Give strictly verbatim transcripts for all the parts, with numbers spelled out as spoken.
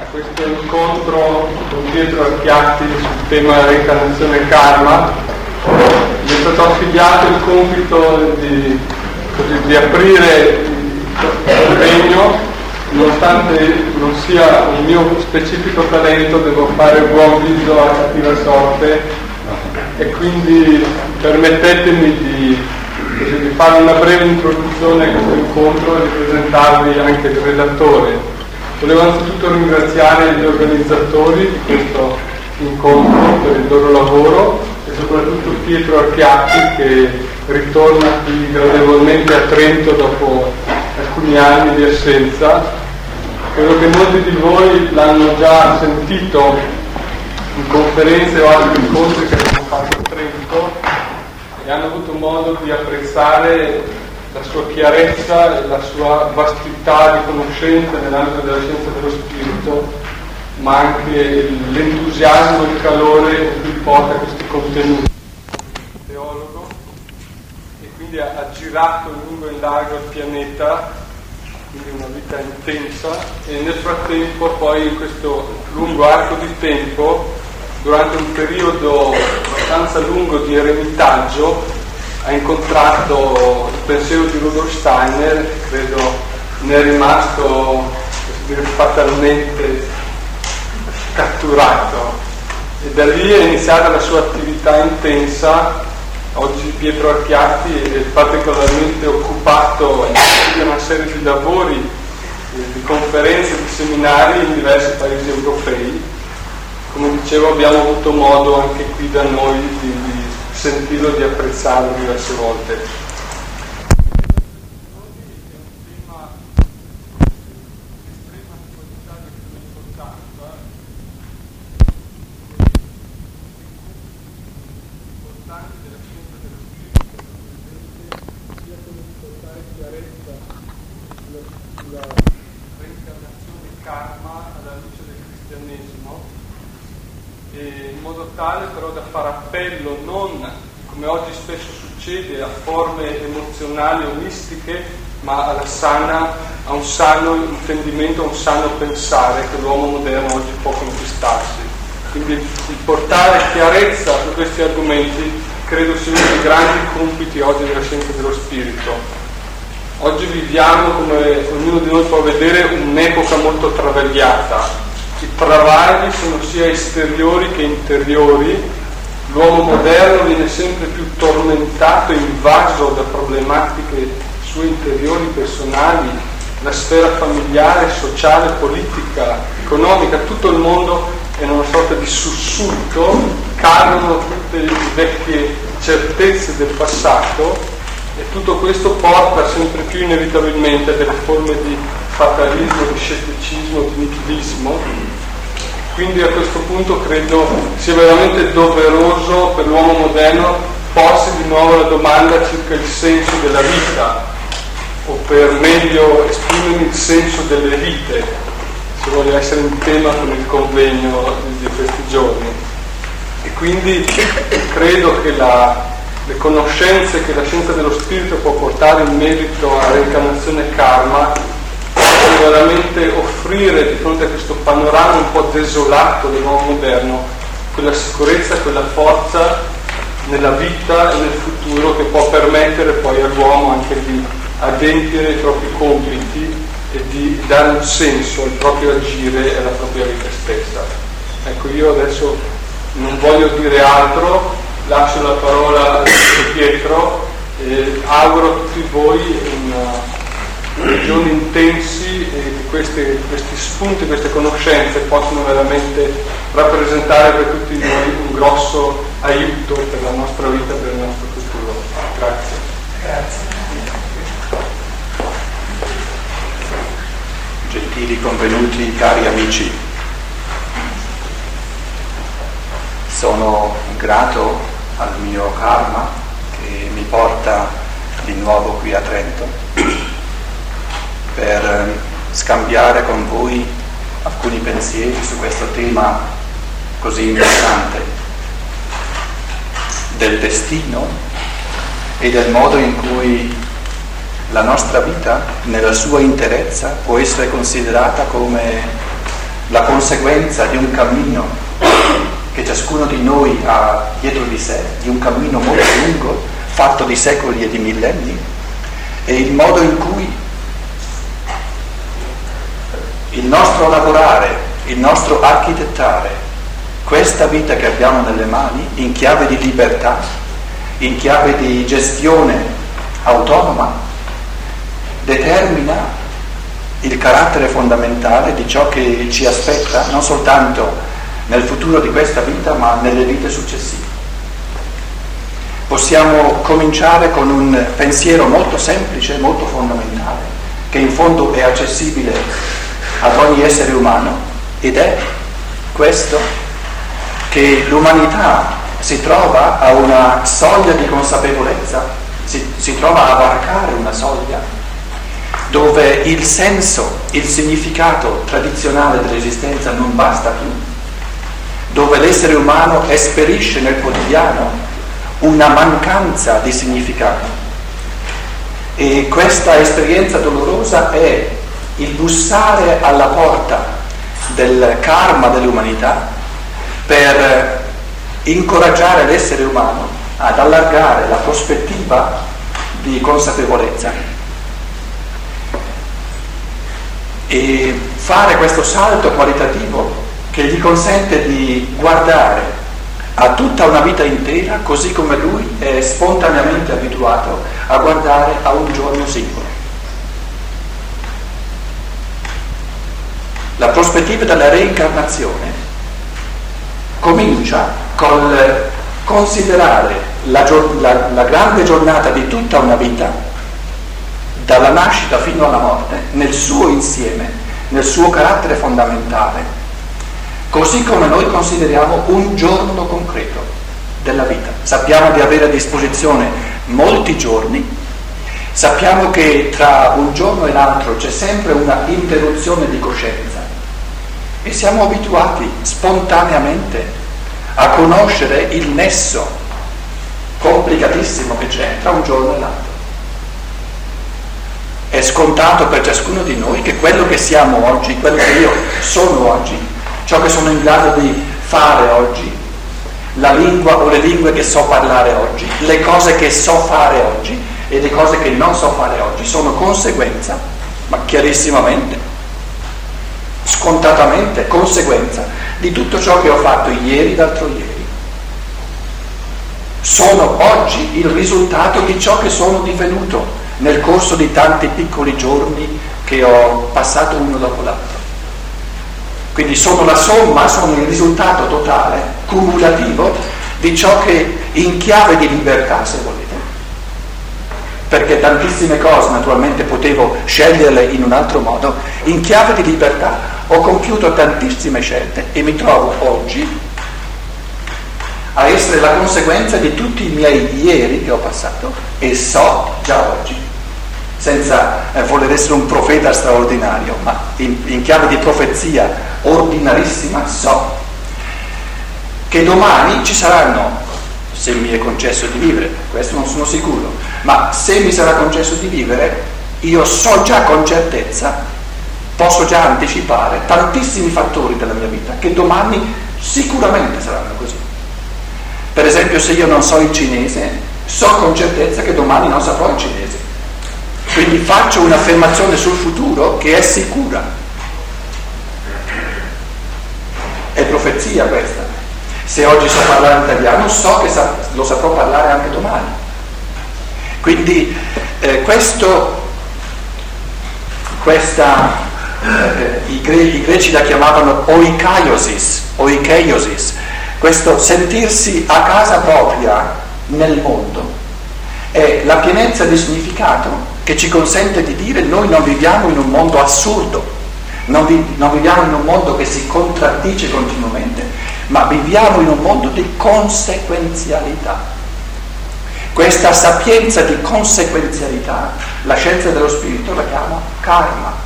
a questo incontro con Pietro Archiatti sul tema reincarnazione e karma. Mi è stato affidato il compito di, così, di aprire il regno, nonostante non sia un mio specifico talento, devo fare buon viso a cattiva sorte e quindi permettetemi di, così, di fare una breve introduzione a questo incontro e di presentarvi anche il redattore. Volevo anzitutto ringraziare gli organizzatori di questo incontro per il loro lavoro e soprattutto Pietro Archiatti, che ritorna qui gradevolmente a Trento dopo alcuni anni di assenza. Credo che molti di voi l'hanno già sentito in conferenze o altri incontri che abbiamo fatto a Trento e hanno avuto modo di apprezzare la sua chiarezza e la sua vastità di conoscenza nell'ambito della scienza dello spirito, ma anche l'entusiasmo e il calore con cui porta questi contenuti. Teologo, e quindi ha, ha girato in lungo e in largo il pianeta, quindi una vita intensa, e nel frattempo poi in questo lungo arco di tempo, durante un periodo abbastanza lungo di eremitaggio, ha incontrato il pensiero di Rudolf Steiner, che credo ne è rimasto, posso dire, fatalmente catturato, e da lì è iniziata la sua attività intensa. Oggi Pietro Archiatti è particolarmente occupato in una serie di lavori, di conferenze, di seminari in diversi paesi europei. Come dicevo, abbiamo avuto modo anche qui da noi di, di sentirlo, di apprezzarlo diverse volte. In modo tale però da fare appello non, come oggi spesso succede, a forme emozionali o mistiche, ma alla sana, a un sano intendimento, a un sano pensare che l'uomo moderno oggi può conquistarsi. Quindi il portare chiarezza su questi argomenti credo sia uno dei grandi compiti oggi della scienza dello spirito. Oggi viviamo, come ognuno di noi può vedere, un'epoca molto travagliata. I travagli sono sia esteriori che interiori, l'uomo moderno viene sempre più tormentato, invaso da problematiche sue interiori, personali, la sfera familiare, sociale, politica, economica, tutto il mondo è in una sorta di sussulto, cadono tutte le vecchie certezze del passato e tutto questo porta sempre più inevitabilmente a delle forme di fatalismo, di scetticismo, di nichilismo. Quindi a questo punto credo sia veramente doveroso per l'uomo moderno porsi di nuovo la domanda circa il senso della vita, o per meglio esprimere il senso delle vite, se vuole essere in tema con il convegno di questi giorni. E quindi credo che la, le conoscenze che la scienza dello spirito può portare in merito a reincarnazione e karma veramente offrire di fronte a questo panorama un po' desolato dell'uomo moderno quella sicurezza, quella forza nella vita e nel futuro che può permettere poi all'uomo anche di adempiere i propri compiti e di dare un senso al proprio agire e alla propria vita stessa. Ecco, io adesso non voglio dire altro, lascio la parola a Pietro e auguro a tutti voi un giorni intensi e che questi, questi spunti, queste conoscenze possano veramente rappresentare per tutti noi un grosso aiuto per la nostra vita, per il nostro futuro. Grazie. Grazie. Gentili convenuti, cari amici, sono grato al mio karma che mi porta di nuovo qui a Trento per scambiare con voi alcuni pensieri su questo tema così importante del destino e del modo in cui la nostra vita nella sua interezza può essere considerata come la conseguenza di un cammino che ciascuno di noi ha dietro di sé, di un cammino molto lungo, fatto di secoli e di millenni, e il modo in cui il nostro lavorare, il nostro architettare questa vita che abbiamo nelle mani in chiave di libertà, in chiave di gestione autonoma, determina il carattere fondamentale di ciò che ci aspetta, non soltanto nel futuro di questa vita, ma nelle vite successive. Possiamo cominciare con un pensiero molto semplice, molto fondamentale, che in fondo è accessibile ad ogni essere umano, ed è questo, che l'umanità si trova a una soglia di consapevolezza, si, si trova a varcare una soglia dove il senso, il significato tradizionale dell'esistenza non basta più, dove l'essere umano esperisce nel quotidiano una mancanza di significato. E questa esperienza dolorosa è il bussare alla porta del karma dell'umanità per incoraggiare l'essere umano ad allargare la prospettiva di consapevolezza e fare questo salto qualitativo che gli consente di guardare a tutta una vita intera così come lui è spontaneamente abituato a guardare a un giorno singolo. La prospettiva della reincarnazione comincia col considerare la, la, la grande giornata di tutta una vita, dalla nascita fino alla morte, nel suo insieme, nel suo carattere fondamentale, così come noi consideriamo un giorno concreto della vita. Sappiamo di avere a disposizione molti giorni, sappiamo che tra un giorno e l'altro c'è sempre una interruzione di coscienza e siamo abituati spontaneamente a conoscere il nesso complicatissimo che c'è tra un giorno e l'altro. È scontato per ciascuno di noi che quello che siamo oggi, quello che io sono oggi, ciò che sono in grado di fare oggi, la lingua o le lingue che so parlare oggi, le cose che so fare oggi e le cose che non so fare oggi, sono conseguenza, ma chiarissimamente, scontatamente, conseguenza di tutto ciò che ho fatto ieri, l'altro ieri. Sono oggi il risultato di ciò che sono divenuto nel corso di tanti piccoli giorni che ho passato uno dopo l'altro. Quindi sono la somma, sono il risultato totale, cumulativo, di ciò che in chiave di libertà, se volete, perché tantissime cose naturalmente potevo sceglierle in un altro modo, in chiave di libertà ho compiuto tantissime scelte e mi trovo oggi a essere la conseguenza di tutti i miei ieri che ho passato e so già oggi, senza eh, voler essere un profeta straordinario, ma in, in chiave di profezia ordinarissima, so che domani ci saranno, se mi è concesso di vivere, questo non sono sicuro, ma se mi sarà concesso di vivere, io so già con certezza, posso già anticipare tantissimi fattori della mia vita che domani sicuramente saranno così. Per esempio, se io non so il cinese, so con certezza che domani non saprò il cinese. Quindi faccio un'affermazione sul futuro che è sicura. È profezia questa. Se oggi so parlare italiano, so che sa- lo saprò parlare anche domani. Quindi eh, questo, questa, eh, i, gre- i greci la chiamavano oikaiosis, oikaiosis, questo sentirsi a casa propria nel mondo. È la pienezza di significato che ci consente di dire noi non viviamo in un mondo assurdo, non, vi- non viviamo in un mondo che si contraddice continuamente, ma viviamo in un mondo di conseguenzialità. Questa sapienza di conseguenzialità, la scienza dello spirito la chiama karma.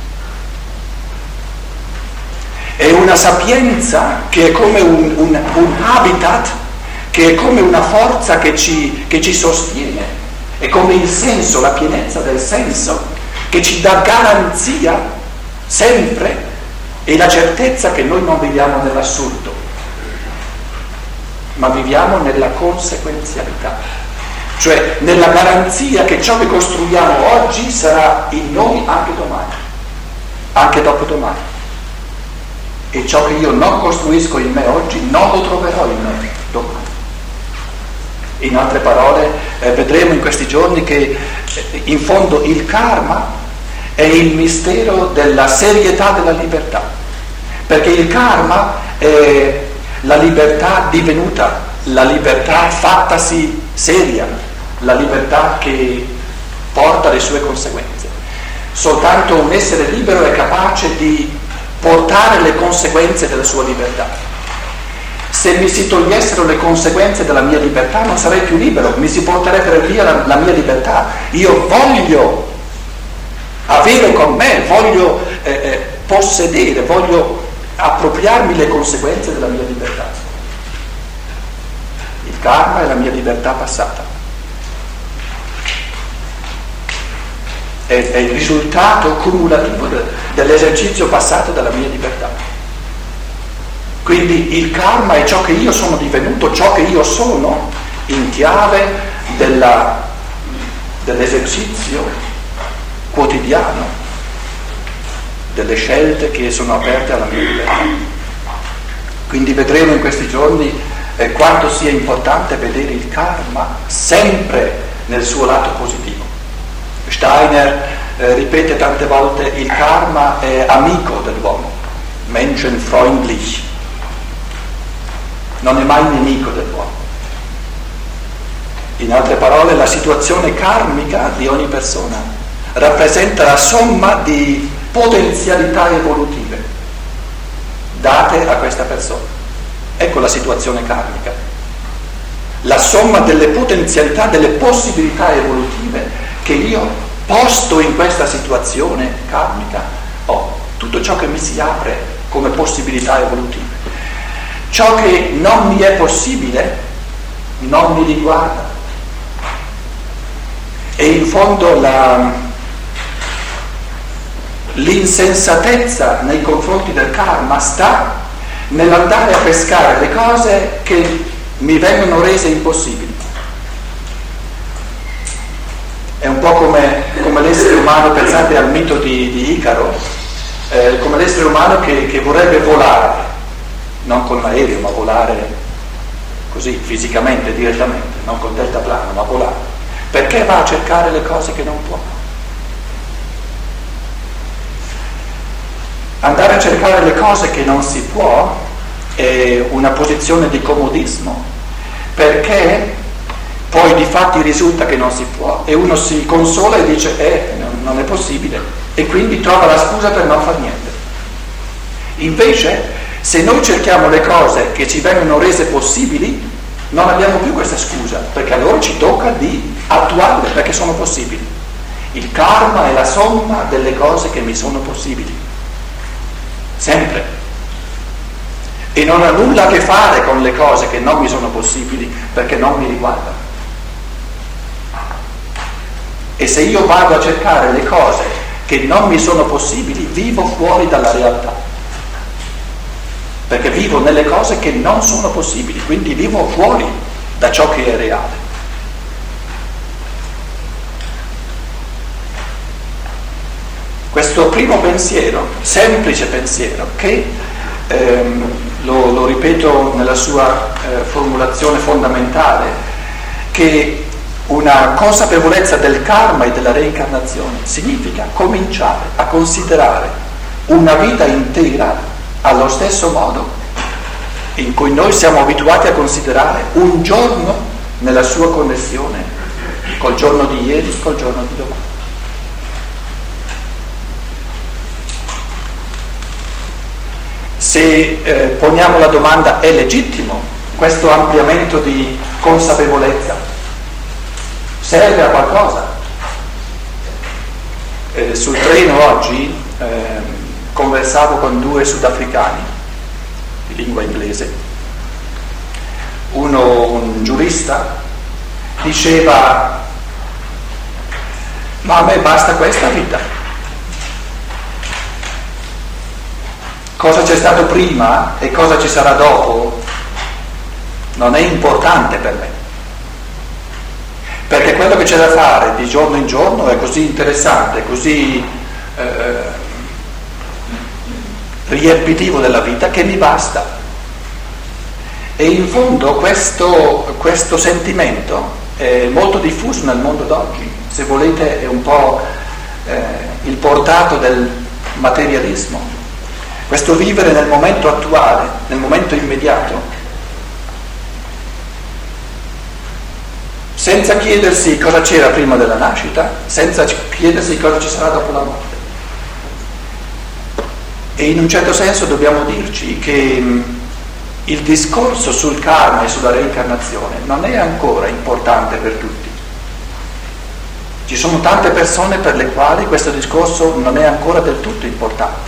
È una sapienza che è come un, un, un habitat, che è come una forza che ci, che ci sostiene, è come il senso, la pienezza del senso, che ci dà garanzia sempre e la certezza che noi non viviamo nell'assurdo, ma viviamo nella conseguenzialità, cioè nella garanzia che ciò che costruiamo oggi sarà in noi anche domani, anche dopodomani, e ciò che io non costruisco in me oggi non lo troverò in me domani. In altre parole, eh, vedremo in questi giorni che eh, in fondo il karma è il mistero della serietà della libertà, perché il karma è la libertà divenuta, la libertà fattasi seria, la libertà che porta le sue conseguenze. Soltanto un essere libero è capace di portare le conseguenze della sua libertà. Se mi si togliessero le conseguenze della mia libertà non sarei più libero, mi si porterebbe via la, la mia libertà. Io voglio avere con me, voglio eh, eh, possedere, voglio appropriarmi le conseguenze della mia libertà. Il karma è la mia libertà passata. È, è il risultato cumulativo de, dell'esercizio passato della mia libertà. Quindi il karma è ciò che io sono divenuto, ciò che io sono in chiave della, dell'esercizio quotidiano, delle scelte che sono aperte alla mia libertà. Quindi vedremo in questi giorni eh, quanto sia importante vedere il karma sempre nel suo lato positivo. Steiner eh, ripete tante volte: il karma è amico dell'uomo, menschenfreundlich, non è mai nemico dell'uomo. In altre parole, la situazione karmica di ogni persona rappresenta la somma di potenzialità evolutive date a questa persona. Ecco la situazione karmica, la somma delle potenzialità, delle possibilità evolutive che io, posto in questa situazione karmica, ho. Tutto ciò che mi si apre come possibilità evolutive. Ciò che non mi è possibile non mi riguarda. E in fondo la, l'insensatezza nei confronti del karma sta nell'andare a pescare le cose che mi vengono rese impossibili. È un po' come, come l'essere umano, pensate al mito di, di Icaro, eh, come l'essere umano che, che vorrebbe volare, non con l'aereo, ma volare così fisicamente, direttamente, non col deltaplano, ma volare. Perché va a cercare le cose che non può? Andare a cercare le cose che non si può è una posizione di comodismo, perché poi di fatti risulta che non si può e uno si consola e dice eh, non è possibile, e quindi trova la scusa per non far niente. Invece, se noi cerchiamo le cose che ci vengono rese possibili, non abbiamo più questa scusa, perché allora ci tocca di attuarle, perché sono possibili. Il karma è la somma delle cose che mi sono possibili, sempre. E non ha nulla a che fare con le cose che non mi sono possibili, perché non mi riguardano. E se io vado a cercare le cose che non mi sono possibili, vivo fuori dalla realtà. Perché vivo nelle cose che non sono possibili, quindi vivo fuori da ciò che è reale. Questo primo pensiero, semplice pensiero, che ehm, lo, lo ripeto nella sua eh, formulazione fondamentale, che una consapevolezza del karma e della reincarnazione significa cominciare a considerare una vita intera allo stesso modo in cui noi siamo abituati a considerare un giorno nella sua connessione col giorno di ieri, col giorno di domani. Se eh, poniamo la domanda: è legittimo questo ampliamento di consapevolezza? Serve a qualcosa? Eh, sul treno oggi eh, conversavo con due sudafricani di lingua inglese. Uno, un giurista, diceva: ma a me basta questa vita. cosa c'è stato prima e cosa ci sarà dopo non è importante per me, perché quello che c'è da fare di giorno in giorno è così interessante, così eh, riempitivo della vita che mi basta. E in fondo questo, questo sentimento è molto diffuso nel mondo d'oggi, se volete è un po' eh, il portato del materialismo, questo vivere nel momento attuale, nel momento immediato, senza chiedersi cosa c'era prima della nascita, senza chiedersi cosa ci sarà dopo la morte. E in un certo senso dobbiamo dirci che mh, il discorso sul karma e sulla reincarnazione non è ancora importante per tutti. Ci sono tante persone per le quali questo discorso non è ancora del tutto importante.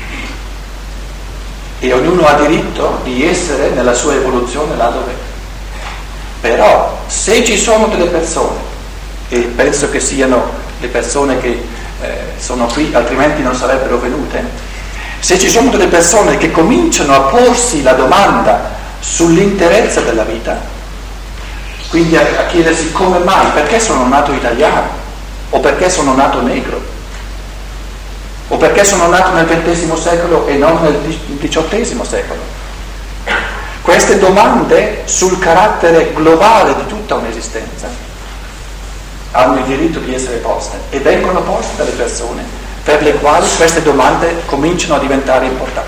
E ognuno ha diritto di essere nella sua evoluzione là dove è. Però se ci sono delle persone, e penso che siano le persone che eh, sono qui, altrimenti non sarebbero venute, se ci sono delle persone che cominciano a porsi la domanda sull'interezza della vita, quindi a, a chiedersi come mai, perché sono nato italiano, o perché sono nato negro, o perché sono nato nel ventesimo secolo e non nel diciottesimo secolo. Queste domande sul carattere globale di tutta un'esistenza hanno il diritto di essere poste e vengono poste dalle persone per le quali queste domande cominciano a diventare importanti.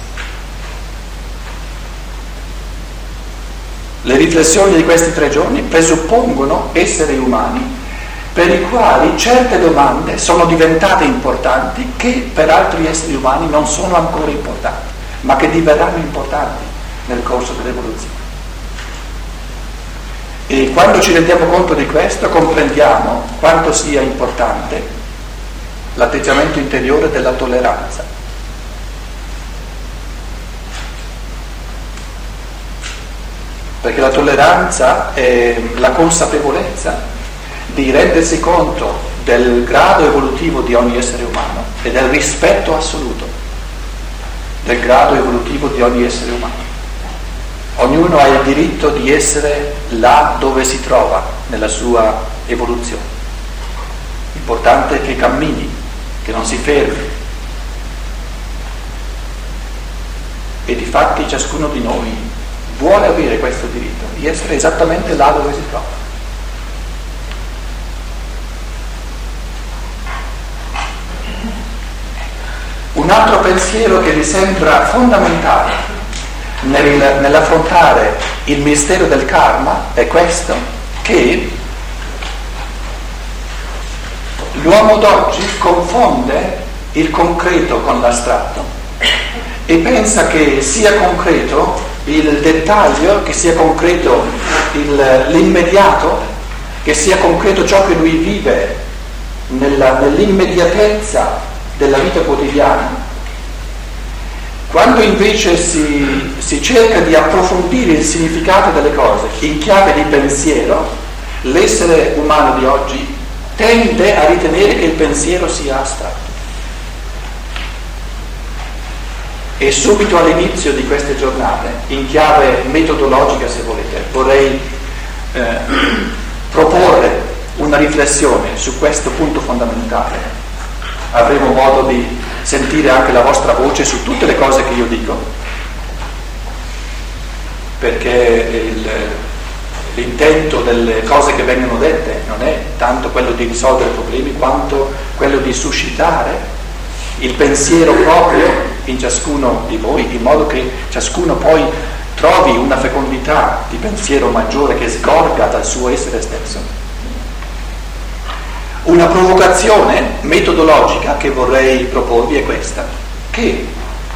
Le riflessioni di questi tre giorni presuppongono esseri umani per i quali certe domande sono diventate importanti che per altri esseri umani non sono ancora importanti, ma che diverranno importanti nel corso dell'evoluzione. E quando ci rendiamo conto di questo comprendiamo quanto sia importante l'atteggiamento interiore della tolleranza. Perché la tolleranza è la consapevolezza di rendersi conto del grado evolutivo di ogni essere umano e del rispetto assoluto del grado evolutivo di ogni essere umano. Ognuno ha il diritto di essere là dove si trova nella sua evoluzione. L'importante è che cammini, che non si fermi. E difatti ciascuno di noi vuole avere questo diritto, di essere esattamente là dove si trova. Un altro pensiero che mi sembra fondamentale Nel, nell'affrontare il mistero del karma è questo, che l'uomo d'oggi confonde il concreto con l'astratto e pensa che sia concreto il dettaglio, che sia concreto il, l'immediato, che sia concreto ciò che lui vive nella, nell'immediatezza della vita quotidiana. Quando invece si, si cerca di approfondire il significato delle cose in chiave di pensiero, l'essere umano di oggi tende a ritenere che il pensiero sia astratto. E subito all'inizio di queste giornate, in chiave metodologica se volete, vorrei eh, proporre una riflessione su questo punto fondamentale. Avremo modo di sentire anche la vostra voce su tutte le cose che io dico, perché il, l'intento delle cose che vengono dette non è tanto quello di risolvere problemi quanto quello di suscitare il pensiero proprio in ciascuno di voi, in modo che ciascuno poi trovi una fecondità di pensiero maggiore che sgorga dal suo essere stesso. Una provocazione metodologica che vorrei proporvi è questa, che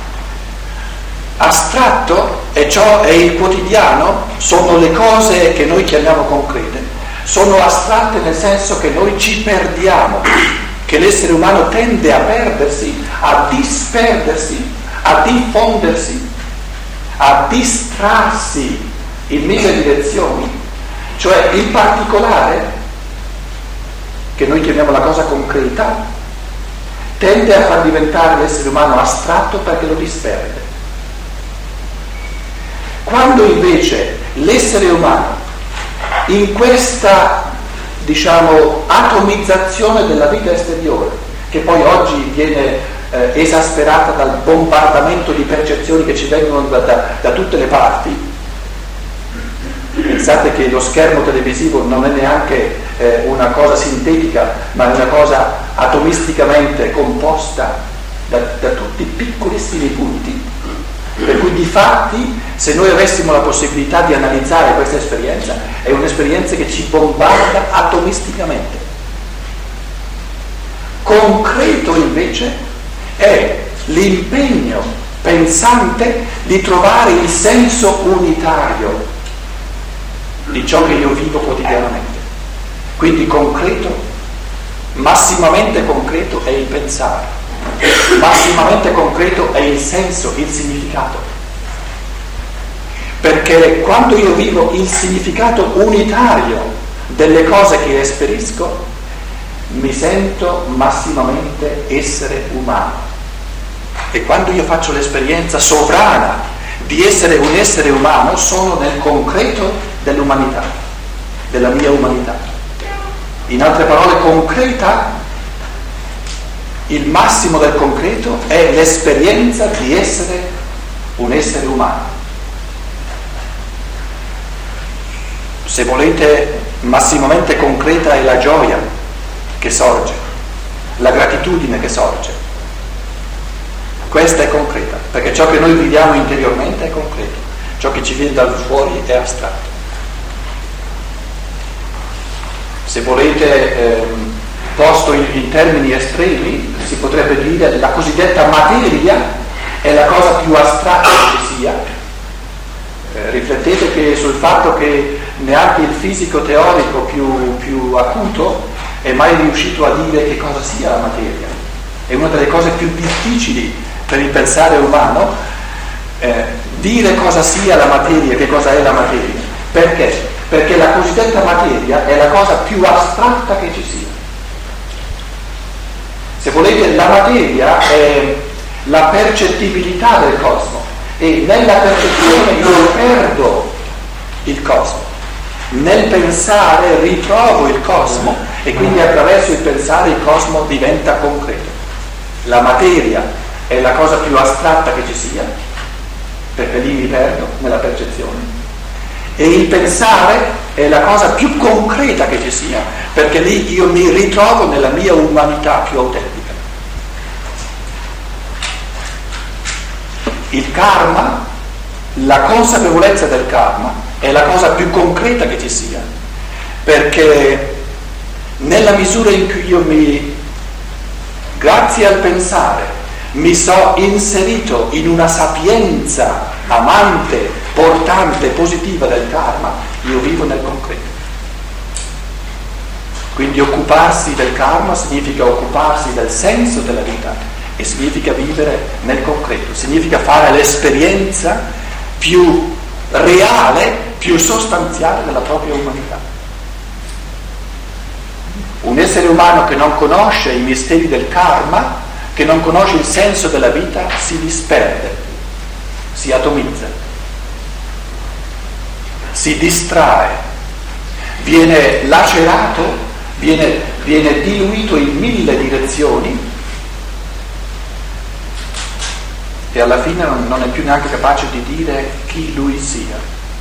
astratto è ciò, è il quotidiano, sono le cose che noi chiamiamo concrete, sono astratte nel senso che noi ci perdiamo, che l'essere umano tende a perdersi, a disperdersi, a diffondersi, a distrarsi in mille direzioni, cioè in particolare, che noi chiamiamo la cosa concreta, tende a far diventare l'essere umano astratto perché lo disperde. Quando invece l'essere umano, in questa, diciamo, atomizzazione della vita esteriore, che poi oggi viene eh, esasperata dal bombardamento di percezioni che ci vengono da, da, da tutte le parti. Pensate che lo schermo televisivo non è neanche eh, una cosa sintetica, ma è una cosa atomisticamente composta da, da tutti piccolissimi punti, per cui di fatti, se noi avessimo la possibilità di analizzare questa esperienza, è un'esperienza che ci bombarda atomisticamente. Concreto invece è l'impegno pensante di trovare il senso unitario di ciò che io vivo quotidianamente. Quindi concreto, massimamente concreto è il pensare, massimamente concreto è il senso, il significato. Perché quando io vivo il significato unitario delle cose che esperisco, mi sento massimamente essere umano. E quando io faccio l'esperienza sovrana di essere un essere umano, sono nel concreto dell'umanità, della mia umanità. In altre parole, concreta, il massimo del concreto è l'esperienza di essere un essere umano. Se volete, massimamente concreta è la gioia che sorge, la gratitudine che sorge. Questa è concreta, perché ciò che noi viviamo interiormente è concreto, ciò che ci viene dal fuori è astratto. Se volete, ehm, posto in, in termini estremi, si potrebbe dire la cosiddetta materia è la cosa più astratta che ci sia. Eh, riflettete che sul fatto che neanche il fisico teorico più, più acuto è mai riuscito a dire che cosa sia la materia. È una delle cose più difficili per il pensare umano, eh, dire cosa sia la materia, che cosa è la materia. Perché? Perché la cosiddetta materia è la cosa più astratta che ci sia. Se volete, la materia è la percettibilità del cosmo, e nella percezione io perdo il cosmo. Nel pensare ritrovo il cosmo, e quindi attraverso il pensare il cosmo diventa concreto. La materia è la cosa più astratta che ci sia, perché lì mi perdo nella percezione, e il pensare è la cosa più concreta che ci sia, perché lì io mi ritrovo nella mia umanità più autentica. Il karma, la consapevolezza del karma, è la cosa più concreta che ci sia, perché nella misura in cui io mi, grazie al pensare, mi so inserito in una sapienza amante, portante, positiva del karma, io vivo nel concreto. Quindi occuparsi del karma significa occuparsi del senso della vita, e significa vivere nel concreto, significa fare l'esperienza più reale, più sostanziale della propria umanità. Un essere umano che non conosce i misteri del karma, che non conosce il senso della vita, si disperde, si atomizza, si distrae, viene lacerato, viene, viene diluito in mille direzioni, e alla fine non, non è più neanche capace di dire chi lui sia.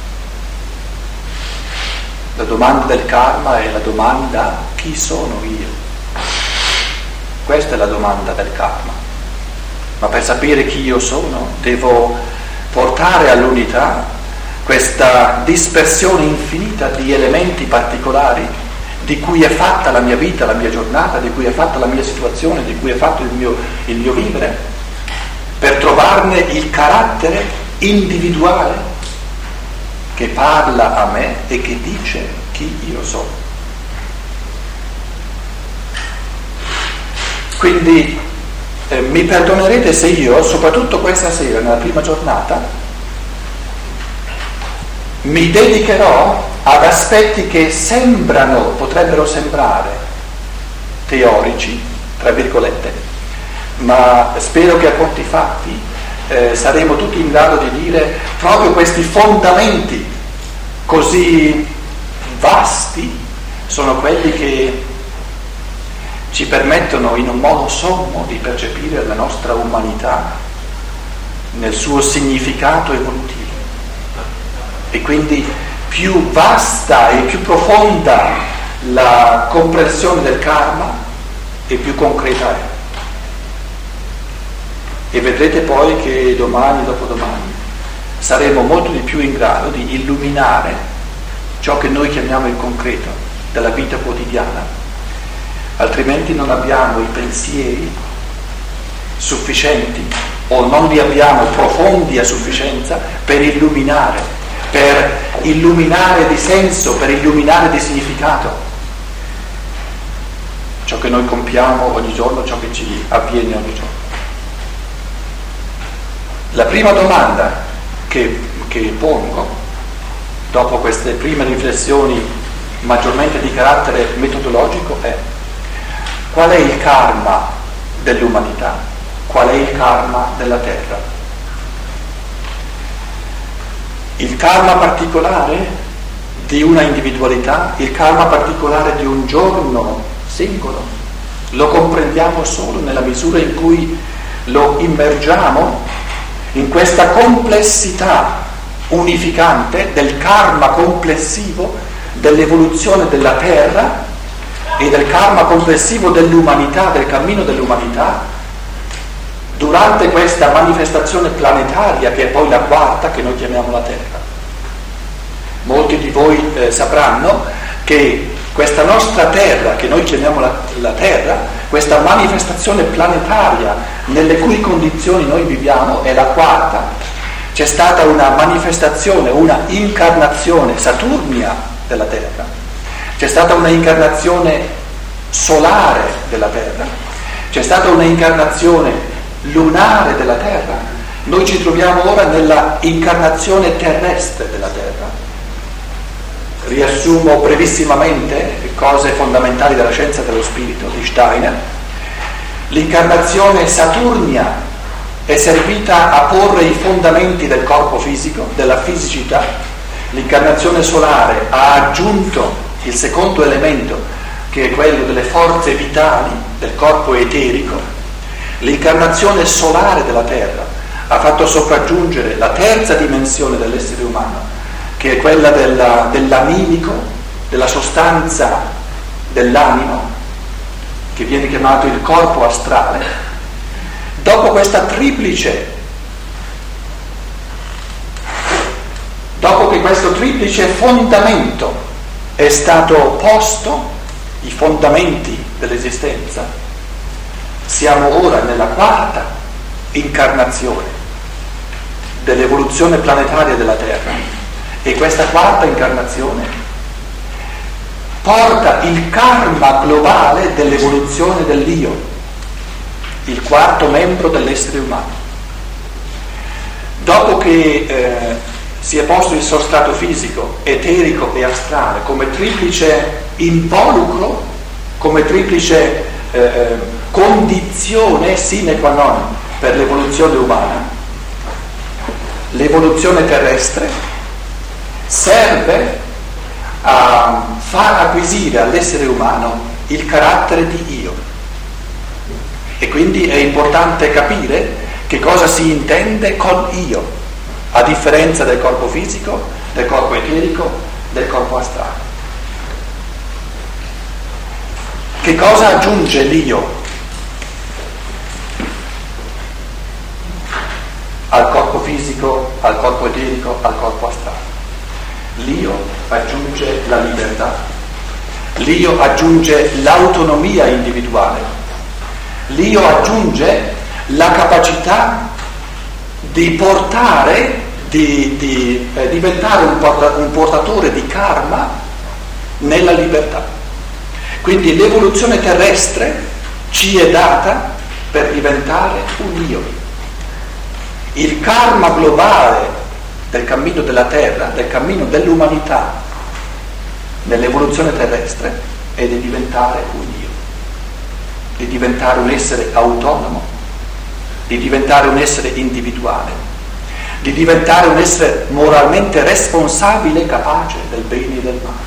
La domanda del karma è la domanda: chi sono io? Questa è la domanda del karma. Ma per sapere chi io sono devo portare all'unità questa dispersione infinita di elementi particolari di cui è fatta la mia vita, la mia giornata, di cui è fatta la mia situazione, di cui è fatto il mio, il mio vivere, per trovarne il carattere individuale che parla a me e che dice chi io sono. Quindi eh, mi perdonerete se io, soprattutto questa sera, nella prima giornata, mi dedicherò ad aspetti che sembrano, potrebbero sembrare teorici, tra virgolette, ma spero che a conti fatti eh, saremo tutti in grado di dire proprio questi fondamenti così vasti sono quelli che ci permettono in un modo sommo di percepire la nostra umanità nel suo significato evolutivo. E quindi più vasta e più profonda la comprensione del karma e più concreta è. E vedrete poi che domani, dopodomani, saremo molto di più in grado di illuminare ciò che noi chiamiamo il concreto della vita quotidiana, altrimenti non abbiamo i pensieri sufficienti o non li abbiamo profondi a sufficienza per illuminare, per illuminare di senso, per illuminare di significato ciò che noi compiamo ogni giorno, ciò che ci avviene ogni giorno. La prima domanda che, che pongo, dopo queste prime riflessioni maggiormente di carattere metodologico, è: qual è il karma dell'umanità? Qual è il karma della Terra? Il karma particolare di una individualità, il karma particolare di un giorno singolo, lo comprendiamo solo nella misura in cui lo immergiamo in questa complessità unificante del karma complessivo dell'evoluzione della Terra e del karma complessivo dell'umanità, del cammino dell'umanità, durante questa manifestazione planetaria che è poi la quarta, che noi chiamiamo la Terra. Molti di voi eh, sapranno che questa nostra Terra, che noi chiamiamo la, la Terra, questa manifestazione planetaria nelle cui condizioni noi viviamo è la quarta. C'è stata una manifestazione, una incarnazione saturnia della Terra, c'è stata una incarnazione solare della Terra, c'è stata una incarnazione lunare della Terra. Noi ci troviamo ora nella incarnazione terrestre della Terra. Riassumo brevissimamente cose fondamentali della scienza dello spirito di Steiner. L'incarnazione saturnia è servita a porre i fondamenti del corpo fisico, della fisicità. L'incarnazione solare ha aggiunto il secondo elemento, che è quello delle forze vitali del corpo eterico. L'incarnazione solare della Terra ha fatto sopraggiungere la terza dimensione dell'essere umano, che è quella della, dell'animico, della sostanza dell'animo, che viene chiamato il corpo astrale. Dopo questa triplice, dopo che questo triplice fondamento è stato posto, i fondamenti dell'esistenza, siamo ora nella quarta incarnazione dell'evoluzione planetaria della Terra. E questa quarta incarnazione porta il karma globale dell'evoluzione dell'io, il quarto membro dell'essere umano. Dopo che eh, si è posto il sostrato fisico, eterico e astrale come triplice involucro, come triplice eh, condizione sine qua non per l'evoluzione umana, l'evoluzione terrestre serve a far acquisire all'essere umano il carattere di io. E quindi è importante capire che cosa si intende con io, a differenza del corpo fisico, del corpo eterico, del corpo astrale. Che cosa aggiunge l'io al corpo fisico, al corpo eterico, al corpo astrale? L'io aggiunge la libertà, l'io aggiunge l'autonomia individuale, l'io aggiunge la capacità di portare, di, di eh, diventare un, porta, un portatore di karma nella libertà. Quindi l'evoluzione terrestre ci è data per diventare un io. Il karma globale del cammino della Terra, del cammino dell'umanità nell'evoluzione terrestre è di diventare un io, di diventare un essere autonomo, di diventare un essere individuale, di diventare un essere moralmente responsabile e capace del bene e del male.